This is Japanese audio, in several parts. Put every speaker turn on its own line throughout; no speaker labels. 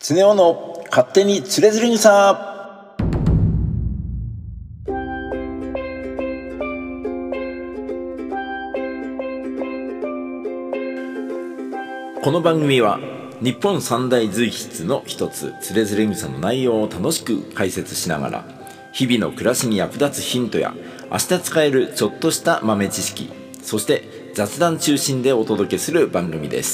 常雄の勝手につれづれ草。この番組は日本三大随筆の一つつれづれ草の内容を楽しく解説しながら、日々の暮らしに役立つヒントや明日使えるちょっとした豆知識、そして雑談中心でお届けする番組です。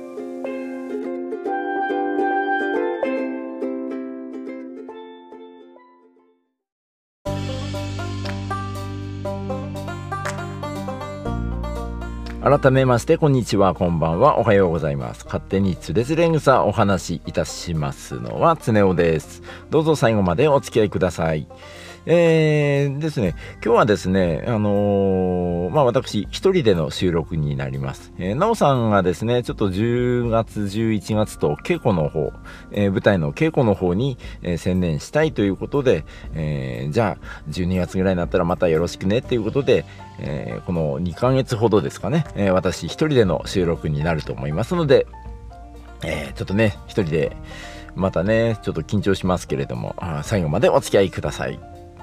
改めましてこんにちは、こんばんは、おはようございます。勝手につれづれ草お話しいたしますのは常雄です。どうぞ最後までお付き合いください。ですね、今日はですね、私一人での収録になります。なおさんがですね、ちょっと10月11月と稽古の方、舞台の稽古の方に、専念したいということで、じゃあ12月ぐらいになったらまたよろしくねっていうことで、この2ヶ月ほどですかね、私一人での収録になると思いますので、ちょっとね一人でまたねちょっと緊張しますけれども、最後までお付き合いください。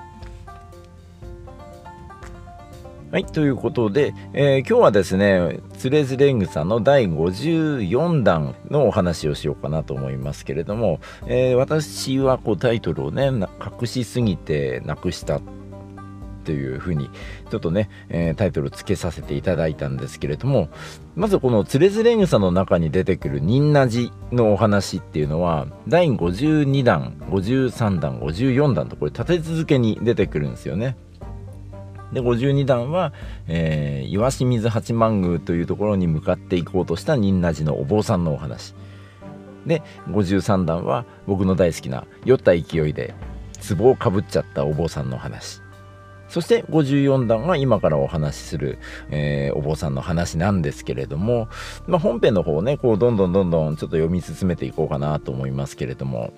はい、ということで、今日はですねつれづれ草の第54弾のお話をしようかなと思いますけれども、私はタイトルをね隠しすぎてなくしたというふうにちょっとね、タイトルつけさせていただいたんですけれども、まずこのつれづれ草の中に出てくる仁和寺のお話っていうのは第52弾53弾54弾とこれ立て続けに出てくるんですよね。で52弾は、石清水八幡宮というところに向かっていこうとした仁和寺のお坊さんのお話で、53弾は僕の大好きな酔った勢いで壺をかぶっちゃったお坊さんの話、そして54弾は今からお話しする、お坊さんの話なんですけれども、本編の方をねどんどんちょっと読み進めていこうかなと思いますけれども、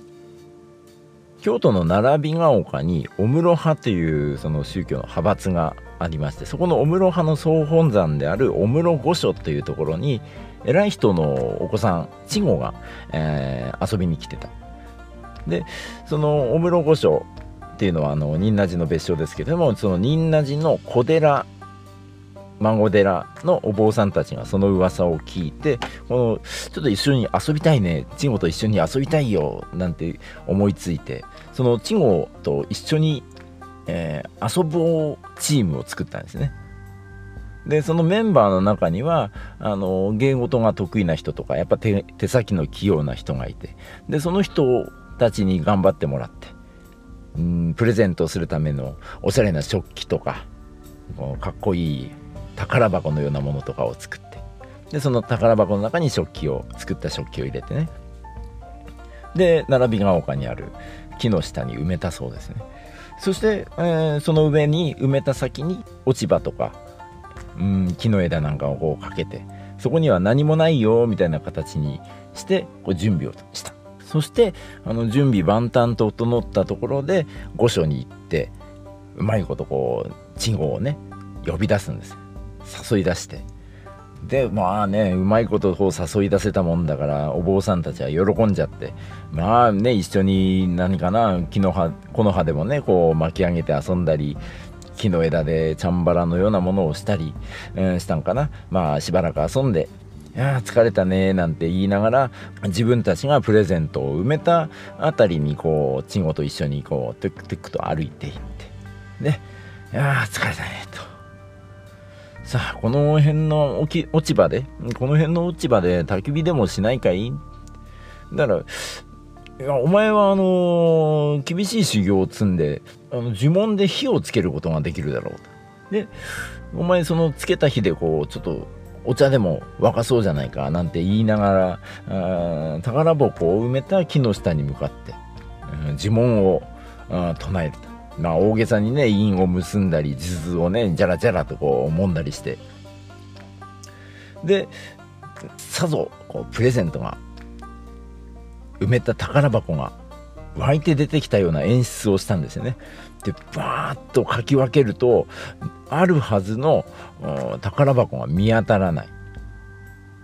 京都の並びが丘に御室派というその宗教の派閥がありまして、そこの御室派の総本山である御室御所というところに偉い人のお子さん稚児が、遊びに来てた。でその御室御所っていうのは仁和寺の別称ですけれども、その仁和寺の小寺孫寺のお坊さんたちがその噂を聞いて、ちょっと一緒に遊びたいね、稚児と一緒に遊びたいよなんて思いついて、その稚児と一緒に、遊ぼうチームを作ったんですね。でそのメンバーの中には芸事が得意な人とかやっぱ手先の器用な人がいて、でその人たちに頑張ってもらって、プレゼントするためのおしゃれな食器とかかっこいい宝箱のようなものとかを作って、でその宝箱の中に作った食器を入れてね、で並びが丘にある木の下に埋めたそうですね。そして、その上に埋めた先に落ち葉とか木の枝なんかをかけて、そこには何もないよみたいな形にして準備をした。そして準備万端整ったところで御所に行って、うまいこと稚児をね呼び出すんです。誘い出して、でうまいこと誘い出せたもんだからお坊さんたちは喜んじゃって、一緒に何かな木の葉でもね巻き上げて遊んだり、木の枝でチャンバラのようなものをしたり、したんかな。しばらく遊んで、疲れたねなんて言いながら自分たちがプレゼントを埋めたあたりに稚児と一緒にトゥクトゥクと歩いていって、で疲れたねと。さあこの辺の落ち葉で焚き火でもしないかい。だからお前は厳しい修行を積んで呪文で火をつけることができるだろうと。でお前そのつけた火でちょっとお茶でも沸かそうじゃないかなんて言いながら宝箱を埋めた木の下に向かって、呪文を唱えると。大げさにね印を結んだり数珠をねジャラジャラと揉んだりして、でさぞプレゼントが埋めた宝箱が湧いて出てきたような演出をしたんですよね。でバーッとかき分けるとあるはずの宝箱が見当たらない。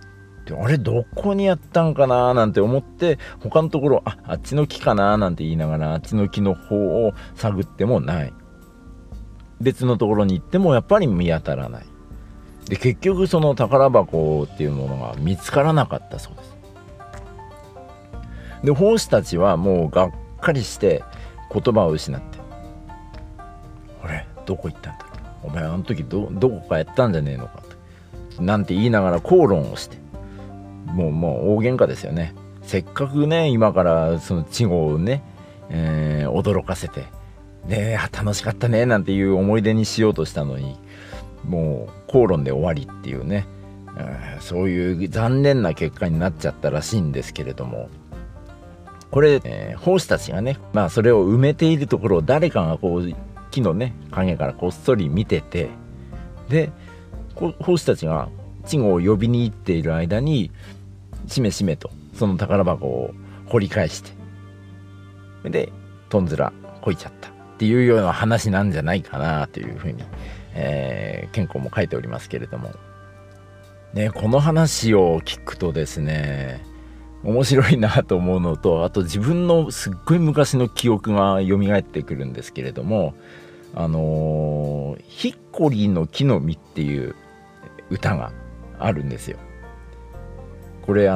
であれどこにやったんかななんて思って、他のところあっちの木かななんて言いながらあっちの木の方を探ってもない。別のところに行ってもやっぱり見当たらない。で結局その宝箱っていうものが見つからなかったそうです。で奉仕たちはもうがっかりして言葉を失って、俺どこ行ったんだろう、お前あの時どこかやったんじゃねえのかとなんて言いながら口論をして、もう大喧嘩ですよね。せっかくね今からその稚児をね、驚かせてね楽しかったねなんていう思い出にしようとしたのに、もう口論で終わりっていうね、そういう残念な結果になっちゃったらしいんですけれども、これ、奉仕たちがね、それを埋めているところを誰かがこう木のね影からこっそり見てて、で奉仕たちが稚児を呼びに行っている間にしめしめとその宝箱を掘り返して、でとんずらこいちゃったっていうような話なんじゃないかなというふうに、健康も書いておりますけれどもね、この話を聞くとですね面白いなと思うのと、あと自分のすっごい昔の記憶が蘇ってくるんですけれども、ヒッコリーの木の実っていう歌があるんですよ。これ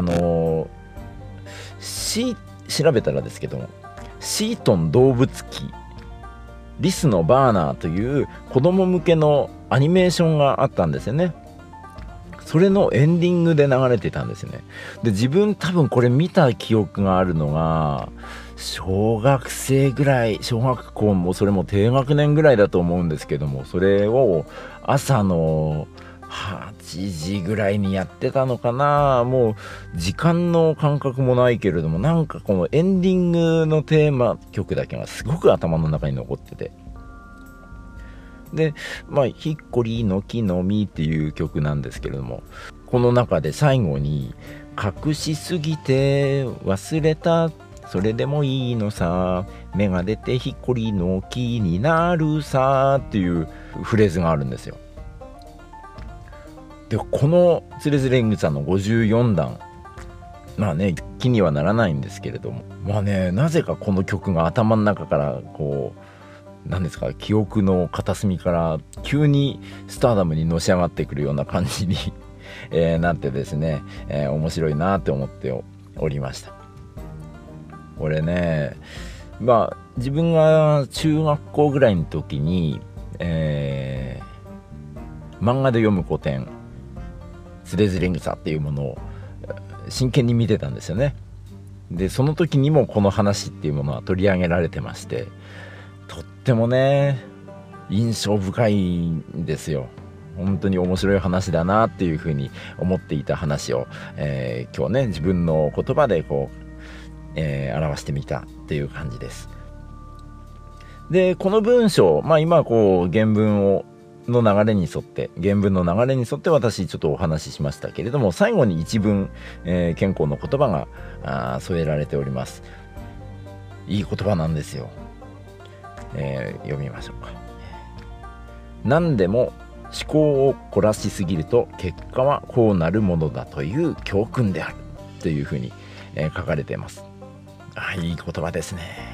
調べたらですけども、シートン動物記リスのバーナーという子供向けのアニメーションがあったんですよね。それのエンディングで流れてたんですよね。で自分多分これ見た記憶があるのが小学生ぐらい、小学校もそれも低学年ぐらいだと思うんですけども、それを朝の8時ぐらいにやってたのかな。もう時間の感覚もないけれども、なんかこのエンディングのテーマ曲だけがすごく頭の中に残ってて、でヒッコリーの木の実っていう曲なんですけれども、この中で最後に隠しすぎて忘れた、それでもいいのさ、芽が出てヒッコリーの木になるさっていうフレーズがあるんですよ。でこのつれづれ草の54段、気にはならないんですけれども、なぜかこの曲が頭の中からこう何ですか、記憶の片隅から急にスターダムにのし上がってくるような感じになってですね、面白いなって思っておりました。これね自分が中学校ぐらいの時に、漫画で読む古典つれづれ草っていうものを真剣に見てたんですよね。でその時にもこの話っていうものは取り上げられてまして、とってもね印象深いんですよ。本当に面白い話だなっていうふうに思っていた話を、今日ね自分の言葉でこう、表してみたっていう感じです。でこの文章、今こう原文の流れに沿って私ちょっとお話ししましたけれども、最後に一文、健康の言葉が添えられております。いい言葉なんですよ。読みましょうか。何でも思考を凝らしすぎると結果はこうなるものだという教訓であるというふうに、書かれています。いい言葉ですね。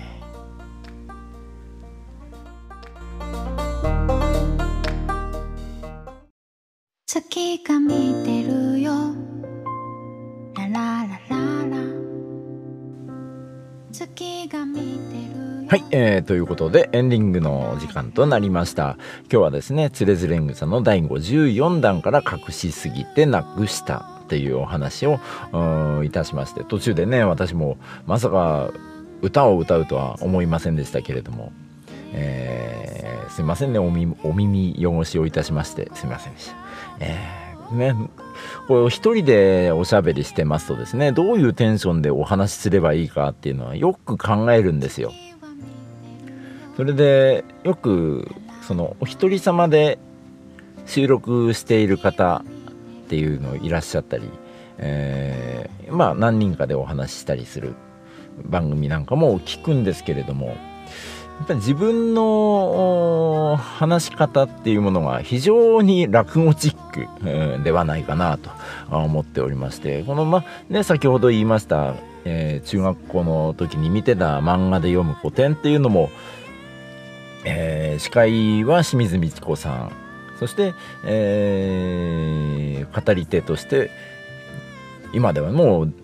月が見てるよラララララ、月が見てるよ。
ということでエンディングの時間となりました。今日はですねつれづれ草の第54弾から隠しすぎてなくしたっていうお話をいたしまして、途中でね私もまさか歌を歌うとは思いませんでしたけれども、すいませんね、お耳汚しをいたしましてすいませんでした。こう一人でおしゃべりしてますとですね、どういうテンションでお話しすればいいかっていうのはよく考えるんですよ。それでよくそのお一人様で収録している方っていうのいらっしゃったり、何人かでお話ししたりする番組なんかも聞くんですけれども、 っぱり自分の話し方っていうものが非常に落語チック、ではないかなと思っておりまして、この先ほど言いました、中学校の時に見てた漫画で読む古典っていうのも、司会は清水ミチコさん、そして、語り手として今ではもう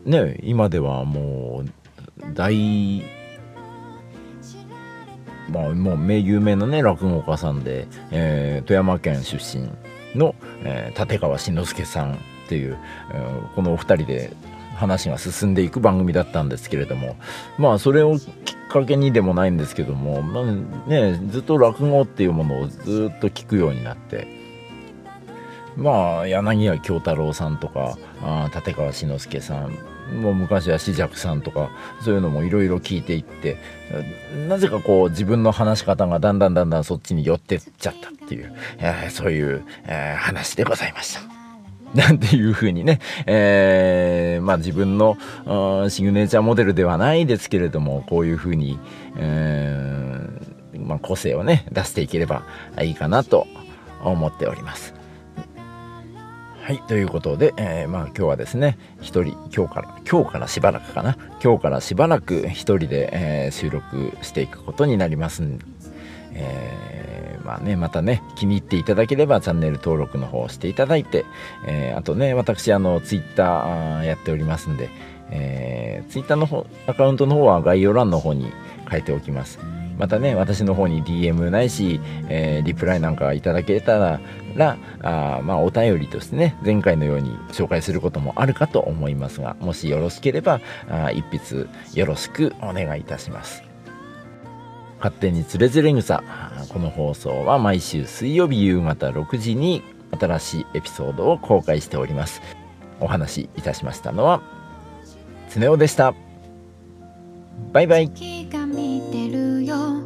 大もう有名なね落語家さんで、富山県出身の、立川志の輔さんっていう、このお二人で話が進んでいく番組だったんですけれども、それをきっかけにでもないんですけども、ずっと落語っていうものをずっと聞くようになって、柳家京太郎さんとか立川志の輔さんも昔は紫尺さんとかそういうのもいろいろ聞いていって、なぜかこう自分の話し方がだんだんそっちに寄ってっちゃったっていう、そういう、話でございました。なんていう風にね、自分のシグネチャーモデルではないですけれども、こういう風に、個性をね出していければいいかなと思っております。はい、ということで、今日はですね今日からしばらく一人で、収録していくことになりますんで、またね気に入っていただければチャンネル登録の方をしていただいて、あとね私ツイッターやっておりますんで、ツイッターのアカウントの方は概要欄の方に書いておきます。またね私の方に DM ないし、リプライなんかいただけたらお便りとしてね前回のように紹介することもあるかと思いますが、もしよろしければ一筆よろしくお願いいたします。勝手につれづれ草、この放送は毎週水曜日夕方6時に新しいエピソードを公開しております。お話しいたしましたのはつねおでした。バイバイ。
月が見てるよ